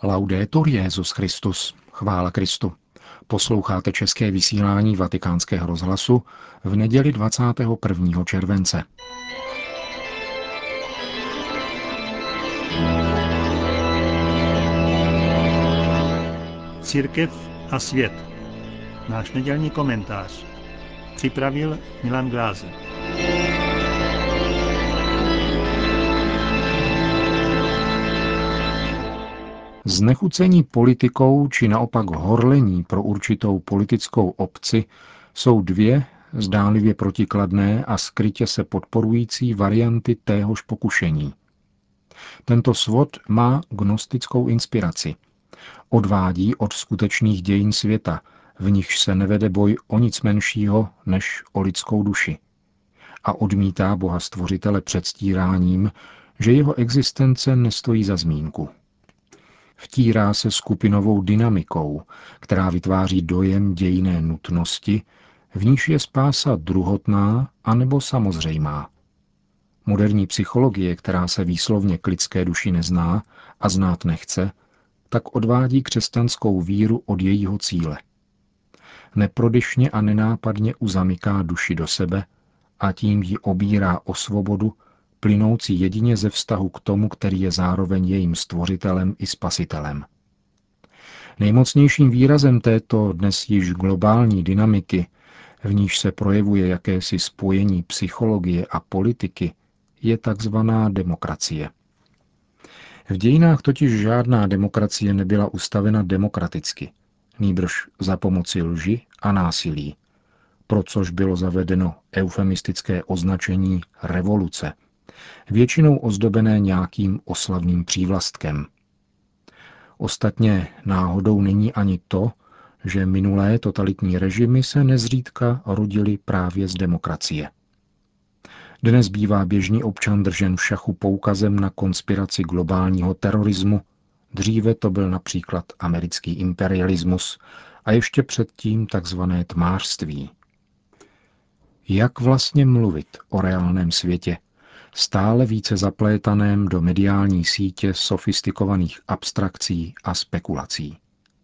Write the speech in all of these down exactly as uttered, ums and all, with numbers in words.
Laudetur Jesus Christus, chvála Kristu. Posloucháte české vysílání Vatikánského rozhlasu v neděli dvacátého prvního července. Církev a svět. Náš nedělní komentář. Připravil Milan Glázer. Znechucení politikou či naopak horlení pro určitou politickou opci jsou dvě zdánlivě protikladné a skrytě se podporující varianty téhož pokušení. Tento svod má gnostickou inspiraci. Odvádí od skutečných dějin světa, v nichž se nevede boj o nic menšího než o lidskou duši. A odmítá Boha Stvořitele předstíráním, že jeho existence nestojí za zmínku. Vtírá se skupinovou dynamikou, která vytváří dojem dějinné nutnosti, v níž je spása druhotná anebo samozřejmá. Moderní psychologie, která se výslovně k lidské duši nezná a znát nechce, tak odvádí křesťanskou víru od jejího cíle. Neprodyšně a nenápadně uzamyká duši do sebe a tím ji obírá o svobodu, plynoucí jedině ze vztahu k tomu, který je zároveň jejím stvořitelem i spasitelem. Nejmocnějším výrazem této dnes již globální dynamiky, v níž se projevuje jakési spojení psychologie a politiky, je takzvaná demokracie. V dějinách totiž žádná demokracie nebyla ustavena demokraticky, nýbrž za pomoci lži a násilí, pro což bylo zavedeno eufemistické označení revoluce, většinou ozdobené nějakým oslavným přívlastkem. Ostatně náhodou není ani to, že minulé totalitní režimy se nezřídka rodily právě z demokracie. Dnes bývá běžný občan držen v šachu poukazem na konspiraci globálního terorismu, dříve to byl například americký imperialismus a ještě předtím takzvané tmářství. Jak vlastně mluvit o reálném světě, stále více zaplétaném do mediální sítě sofistikovaných abstrakcí a spekulací?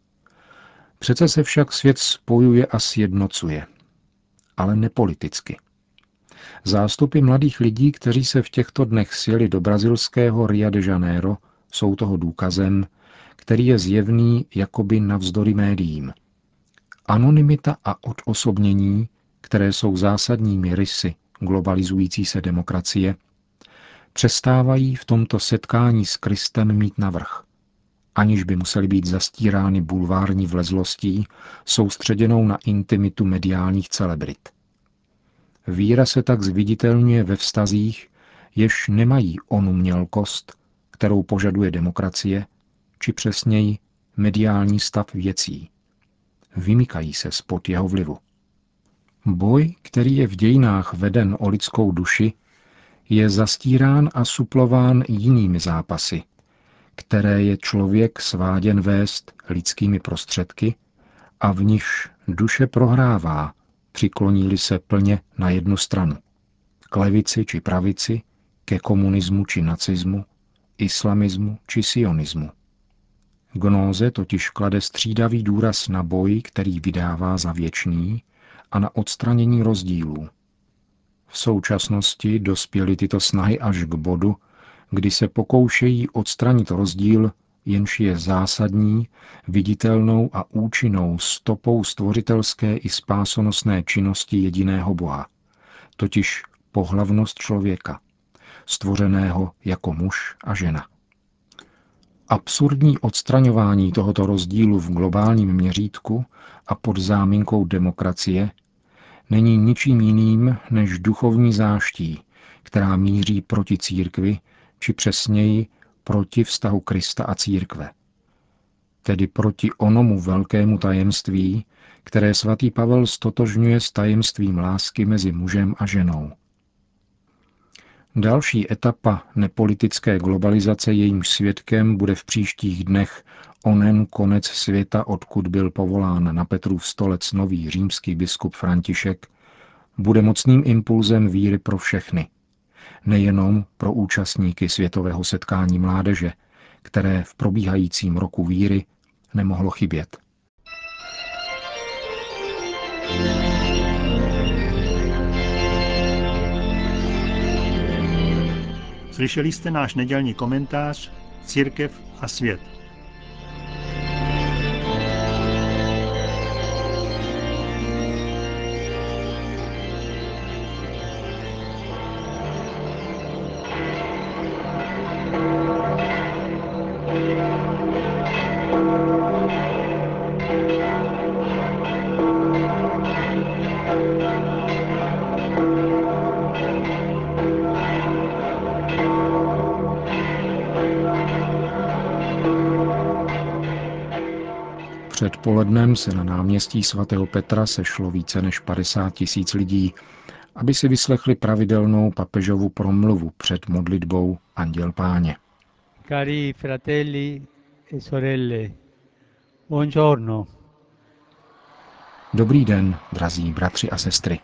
Přece se však svět spojuje a sjednocuje, ale nepoliticky. Zástupy mladých lidí, kteří se v těchto dnech sjeli do brazilského Ria de Janeiro, jsou toho důkazem, který je zjevný jakoby navzdory médiím. Anonymita a odosobnění, které jsou zásadními rysy globalizující se demokracie, přestávají v tomto setkání s Kristem mít navrch, aniž by musely být zastírány bulvární vlezlostí soustředěnou na intimitu mediálních celebrit. Víra se tak zviditelňuje ve vztazích, jež nemají onu mělkost, kterou požaduje demokracie, či přesněji mediální stav věcí. Vymykají se spod jeho vlivu. Boj, který je v dějinách veden o lidskou duši, je zastírán a suplován jinými zápasy, které je člověk sváděn vést lidskými prostředky a v nichž duše prohrává, přikloní-li se plně na jednu stranu. K levici či pravici, ke komunismu či nacismu, islamismu či sionismu. Gnóze totiž klade střídavý důraz na boj, který vydává za věčný, a na odstranění rozdílů. V současnosti dospěly tyto snahy až k bodu, kdy se pokoušejí odstranit rozdíl, jenž je zásadní, viditelnou a účinnou stopou stvořitelské i spásonosné činnosti jediného Boha, totiž pohlavnost člověka, stvořeného jako muž a žena. Absurdní odstraňování tohoto rozdílu v globálním měřítku a pod záminkou demokracie není ničím jiným než duchovní záští, která míří proti církvi, či přesněji proti vztahu Krista a církve. Tedy proti onomu velkému tajemství, které svatý Pavel stotožňuje s tajemstvím lásky mezi mužem a ženou. Další etapa nepolitické globalizace, jejímž svědkem bude v příštích dnech onen konec světa, odkud byl povolán na Petrův stolec nový římský biskup František, bude mocným impulzem víry pro všechny, nejenom pro účastníky světového setkání mládeže, které v probíhajícím roku víry nemohlo chybět. Slyšeli jste náš nedělní komentář Církev a svět. Před polednem se na náměstí svatého Petra sešlo více než padesát tisíc lidí, aby si vyslechli pravidelnou papežovu promluvu před modlitbou Anděl Páně. Cari fratelli e sorelle, buongiorno. Dobrý den, drazí bratři a sestry.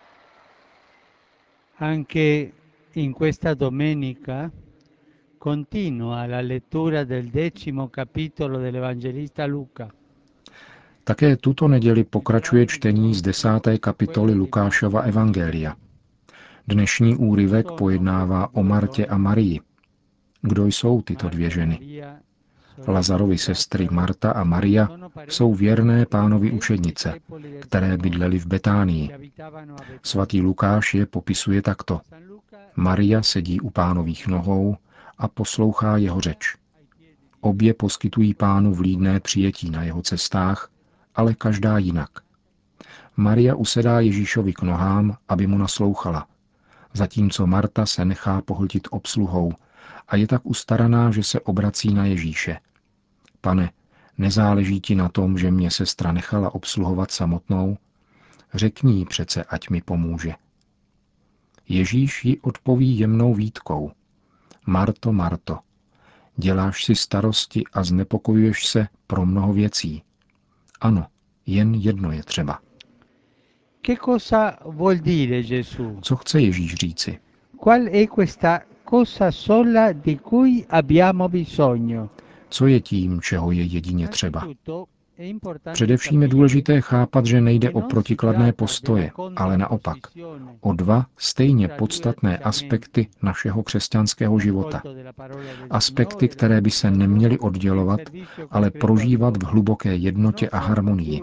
Anche in questa domenica continua la lettura del decimo capitolo dell'Evangelista Luca. Také tuto neděli pokračuje čtení z desáté kapitoly Lukášova evangelia. Dnešní úryvek pojednává o Martě a Marii. Kdo jsou tyto dvě ženy? Lazarovi sestry Marta a Maria jsou věrné Pánovi učednice, které bydlely v Betánii. Svatý Lukáš je popisuje takto. Maria sedí u Pánových nohou a poslouchá jeho řeč. Obě poskytují Pánu vlídné přijetí na jeho cestách, ale každá jinak. Maria usedá Ježíšovi k nohám, aby mu naslouchala, zatímco Marta se nechá pohltit obsluhou a je tak ustaraná, že se obrací na Ježíše. Pane, nezáleží ti na tom, že mě sestra nechala obsluhovat samotnou? Řekni jí přece, ať mi pomůže. Ježíš ji odpoví jemnou výtkou. Marto, Marto, děláš si starosti a znepokojuješ se pro mnoho věcí. Ano, jen jedno je třeba. Che cosa vuol dire Gesù? Co chce Ježíš říci? Qual è questa cosa sola di cui abbiamo bisogno? Co je tím, čeho je jedině třeba? Především je důležité chápat, že nejde o protikladné postoje, ale naopak o dva stejně podstatné aspekty našeho křesťanského života. Aspekty, které by se neměly oddělovat, ale prožívat v hluboké jednotě a harmonii.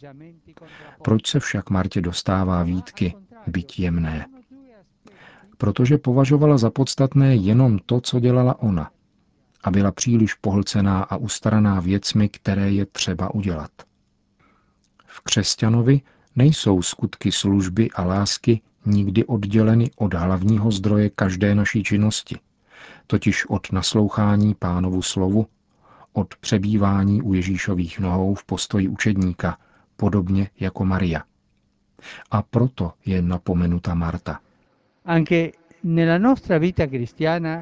Proč se však Martě dostává výtky, byť jemné? Protože považovala za podstatné jenom to, co dělala ona. A byla příliš pohlcená a ustaraná věcmi, které je třeba udělat. V křesťanovi nejsou skutky služby a lásky nikdy odděleny od hlavního zdroje každé naší činnosti, totiž od naslouchání Pánovu slovu, od přebývání u Ježíšových nohou v postoji učedníka, podobně jako Maria. A proto je napomenuta Marta. Anche nella nostra vita cristiana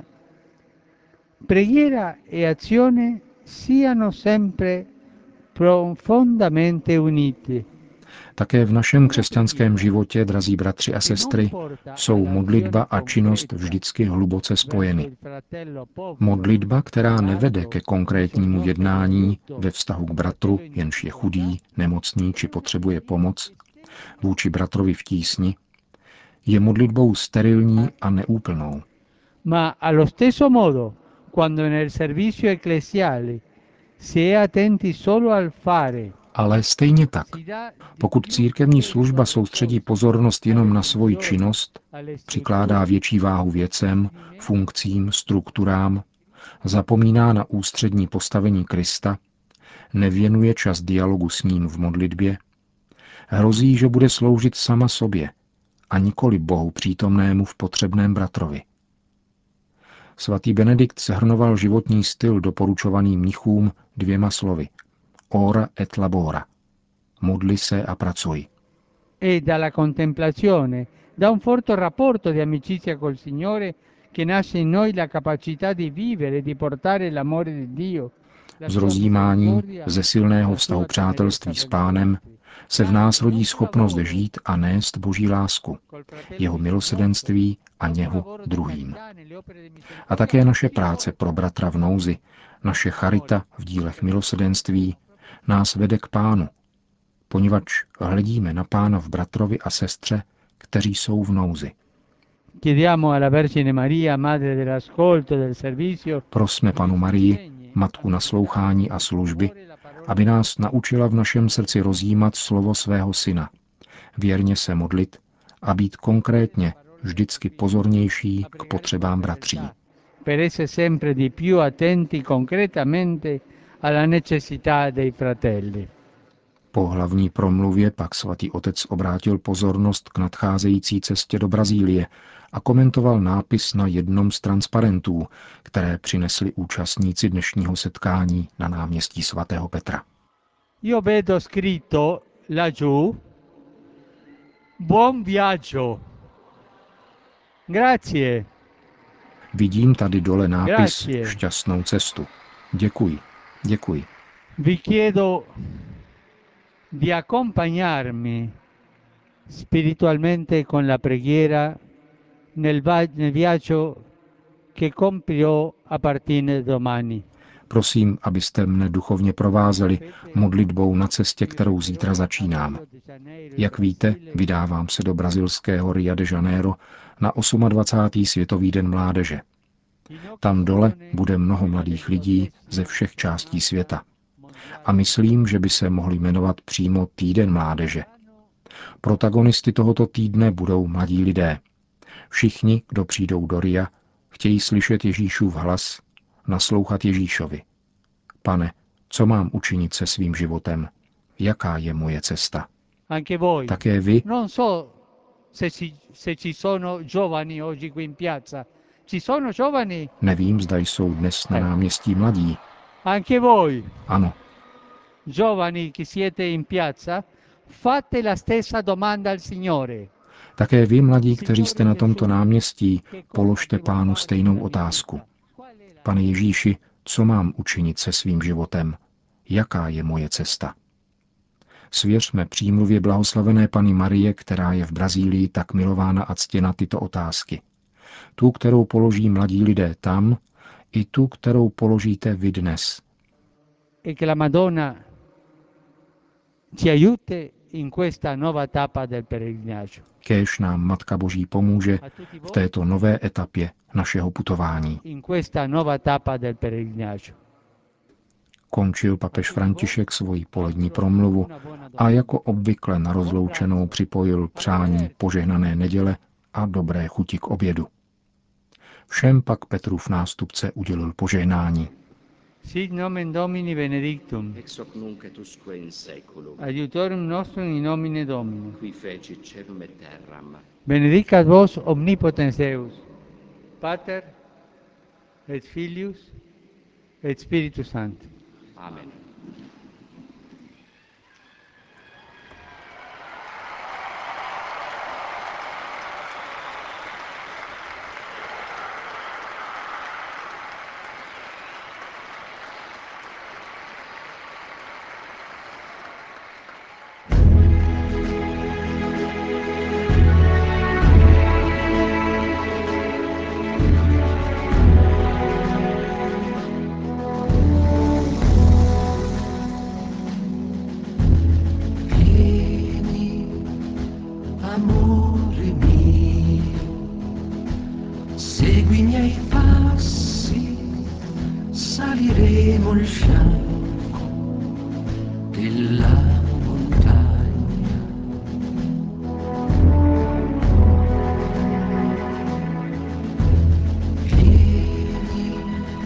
preghiera e azione siano sempre profondamente uniti. Také v našem křesťanském životě, drazí bratři a sestry, jsou modlitba a činnost vždycky hluboce spojeny. Modlitba, která nevede ke konkrétnímu jednání ve vztahu k bratru, jenž je chudý, nemocný či potřebuje pomoc, vůči bratrovi v tísni, je modlitbou sterilní a neúplnou. Ma allo stesso modo, quando nel servizio ecclesiale si è attenti solo al fare, ale stejně tak, pokud církevní služba soustředí pozornost jenom na svoji činnost, přikládá větší váhu věcem, funkcím, strukturám, zapomíná na ústřední postavení Krista, nevěnuje čas dialogu s ním v modlitbě, hrozí, že bude sloužit sama sobě a nikoli Bohu přítomnému v potřebném bratrovi. Svatý Benedikt shrnoval životní styl doporučovaný mnichům dvěma slovy. Ora et labora. Modli se a pracuj. E dalla contemplazione, da un forte rapporto di amicizia col Signore che nasce in noi la capacità di vivere e di portare l'amore di Dio. Z rozjímání, ze silného vztahu přátelství s Pánem, se v nás rodí schopnost žít a nést Boží lásku, jeho milosrdenství a něhu druhým. A také naše práce pro bratra v nouzi naše charita v dílech milosrdenství nás vede k Pánu, poněvadž hledíme na Pána v bratrovi a sestře, kteří jsou v nouzi. Prosme Panu Marii, Matku naslouchání a služby, aby nás naučila v našem srdci rozjímat slovo svého Syna, věrně se modlit a být konkrétně vždycky pozornější k potřebám bratří. Per essere sempre di più attenti concretamente alla necessità dei fratelli. Po hlavní promluvě pak svatý otec obrátil pozornost k nadcházející cestě do Brazílie a komentoval nápis na jednom z transparentů, které přinesli účastníci dnešního setkání na náměstí svatého Petra. Io vedo scritto laggiù Buon viaggio. Grazie. Vidím tady dole nápis Grazie. Šťastnou cestu. Děkuji. Děkuji. Vi chiedo di accompagnarmi spiritualmente con la preghiera nel, va- nel viaggio che compirò a partire domani. Prosím, abyste mne duchovně provázeli modlitbou na cestě, kterou zítra začínám. Jak víte, vydávám se do brazilského Ria de Janeiro na dvacátý osmý Světový den mládeže. Tam dole bude mnoho mladých lidí ze všech částí světa. A myslím, že by se mohli jmenovat přímo Týden mládeže. Protagonisty tohoto týdne budou mladí lidé. Všichni, kdo přijdou do Ria, chtějí slyšet Ježíšův hlas, naslouchat Ježíšovi. Pane, co mám učinit se svým životem? Jaká je moje cesta? Anche voi. Také vy, Non so se ci, se ci sono giovani oggi qui in piazza. Ci sono giovani? nevím, zda jsou dnes na náměstí mladí. Anche voi, Ano, giovani che siete in piazza, fate la stessa domanda al Signore. také vy, mladí, kteří jste na tomto náměstí, položte Pánu stejnou otázku. Pane Ježíši, co mám učinit se svým životem? Jaká je moje cesta? Svěřme přímluvě blahoslavené Panny Marie, která je v Brazílii tak milována a ctěna, tyto otázky. Tu, kterou položí mladí lidé tam, i tu, kterou položíte vy dnes. E che la Madonna ci aiuti in questa nuova tappa del peregrinaggio. Kéž nám Matka Boží pomůže v této nové etapě našeho putování. In questa nuova tappa del peregrinaggio. Končil papež František svoji polední promluvu a jako obvykle na rozloučenou připojil přání požehnané neděle a dobré chuti k obědu. Všem pak Petrův nástupce udělil požehnání. Sit nomen Domini benedictum. Ex hoc nunc et usque in seculum. Aiutorium nostrum in nomine Domini. Qui feci celum et terram. Benedicat vos omnipotens Deus, Pater et Filius et Spiritus Sanctus. Amen. Amore mio, segui i miei passi, saliremo il fianco della montagna. Vieni,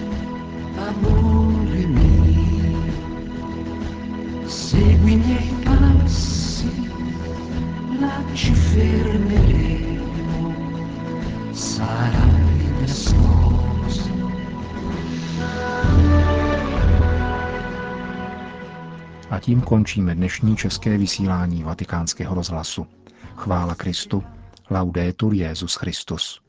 amore mio, segui i miei passi, là ci fermeremo, sarai mia sposa. A tím končíme dnešní české vysílání Vatikánského rozhlasu. Chvála Kristu, laudetur Jesus Christus.